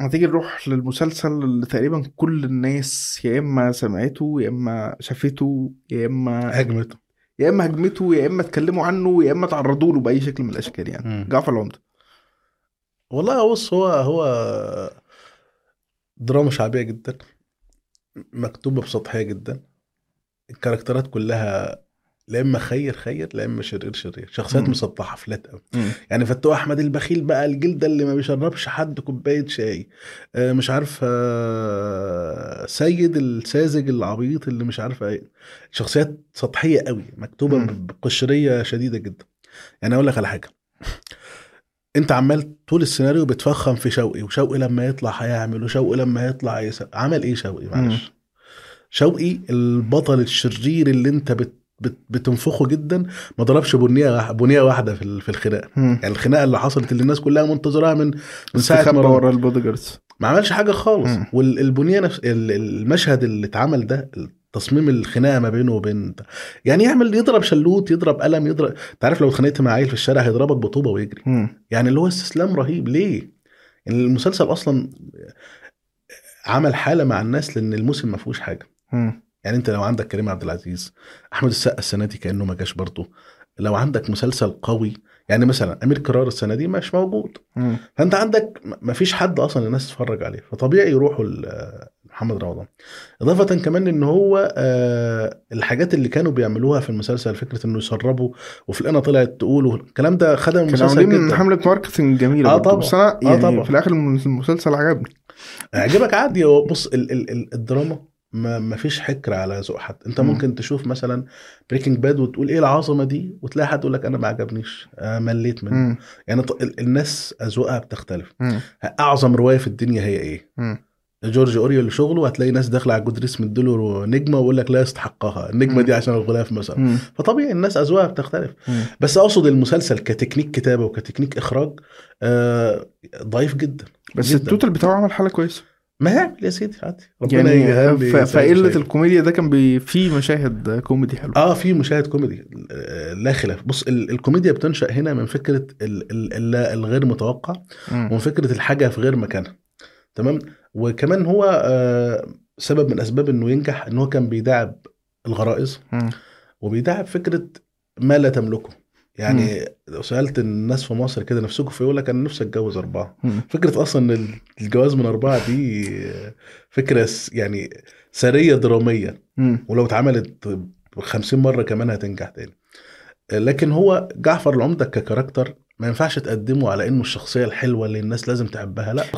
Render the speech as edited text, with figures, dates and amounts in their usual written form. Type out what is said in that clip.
هتيجي نروح للمسلسل اللي تقريبا كل الناس يا اما سمعته يا اما شافته هجمته. يا اما هجمته يا اما اتكلموا عنه يا اما تعرضوا له باي شكل من الاشكال، يعني مم. جعفر العمدة. والله بص، هو دراما شعبية جدا، مكتوبة بسطحية جدا. الكاركترات كلها لا اما خير خير لا اما شرير شرير، شخصيات مم. مسطحه فلات قوي. مم. يعني فتوح احمد البخيل بقى، الجلده اللي ما بيشربش حد كوبايه شاي، مش عارف، سيد الساذج العبيط اللي مش عارف ايه. شخصيات سطحيه قوي، مكتوبه مم. بقشريه شديده جدا. يعني اقول لك على حاجه، انت عمال طول السيناريو بتفخم في شوقي، وشوقي لما يطلع هيعمل، وشوقي لما يطلع عمل ايه شوقي؟ مم. معلش. شوقي البطل الشرير اللي انت بتنفخه جدا، ما ضربش بنيه واحده في الخناقه. مم. يعني الخناقه اللي حصلت اللي الناس كلها منتظراها من ساعه ما استخبى ورا البودي جاردز. ما عملش حاجه خالص. مم. والبنيه نفس المشهد اللي اتعمل ده، تصميم الخناقه ما بينه وبين، يعني يعمل يضرب شلوت، يضرب قلم، يضرب. تعرف لو اتخانقت مع عيل في الشارع هيضربك بطوبه ويجري. مم. يعني اللي هو استسلام رهيب ليه. يعني المسلسل اصلا عمل حاله مع الناس لان الموسم ما فيهوش حاجه. مم. يعني انت لو عندك كريم عبد العزيز، احمد السقا السنه دي كانه ما جاش برضه. لو عندك مسلسل قوي، يعني مثلا امير كرارة السنه دي مش موجود، مم. فانت عندك ما فيش حد اصلا الناس تتفرج عليه، فطبيعي يروحوا محمد رمضان. اضافه كمان ان هو الحاجات اللي كانوا بيعملوها في المسلسل، فكره انه يسربوا وفي الآن طلعت تقول، الكلام ده خدم كانوا المسلسل عاملين جدا. حملة ماركتنج جميلة اه برضو، بس طبعا، أنا اه يعني في طبعا. الآخر المسلسل عجبني. اعجبك عادي. هو بص، الدراما ما فيش حكر على ذوق حد. انت مم. ممكن تشوف مثلا بريكنج باد وتقول ايه العظمه دي، وتلاقي حد يقول لك انا ما عجبنيش، مليت منه. مم. يعني الناس اذواقها بتختلف. مم. اعظم روايه في الدنيا هي ايه؟ مم. جورج اوريول شغله، هتلاقي ناس داخله على الجودريس من دولار نجمه ويقول لك لا يستحقها النجمه مم. دي عشان الغلاف مثلا. مم. فطبيعي الناس اذواقها بتختلف. مم. بس اقصد المسلسل كتكنيك كتابه وكتكنيك اخراج آه، ضعيف جدا بس جدا. التوتال بتاعه عمل حالة كويسة. ما يعمل يا سيدي عادي، ربنا يعني يخلي سعيد فقلة سعيد. الكوميديا ده كان فيه مشاهد كوميدي حلو. اه في مشاهد كوميدي، لا خلاف. بص الكوميديا بتنشأ هنا من فكرة الغير متوقع، مم. ومن فكرة الحاجة في غير مكانها. تمام. وكمان هو سبب من اسباب انه ينجح ان هو كان بيداعب الغرائز، مم. وبيداعب فكرة ما لا تملكه. مم. يعني لو سألت الناس في مصر كده نفسكم في، يقول لك أنا نفسي أتجوز أربعة. مم. فكرة أصلا إن الجواز من أربعة دي فكرة يعني سرية درامية، مم. ولو اتعملت 50 مرة كمان هتنجح تاني. لكن هو جعفر العمدة ككاركتر ما ينفعش تقدمه على إنه الشخصية الحلوة اللي الناس لازم تحبها، لا.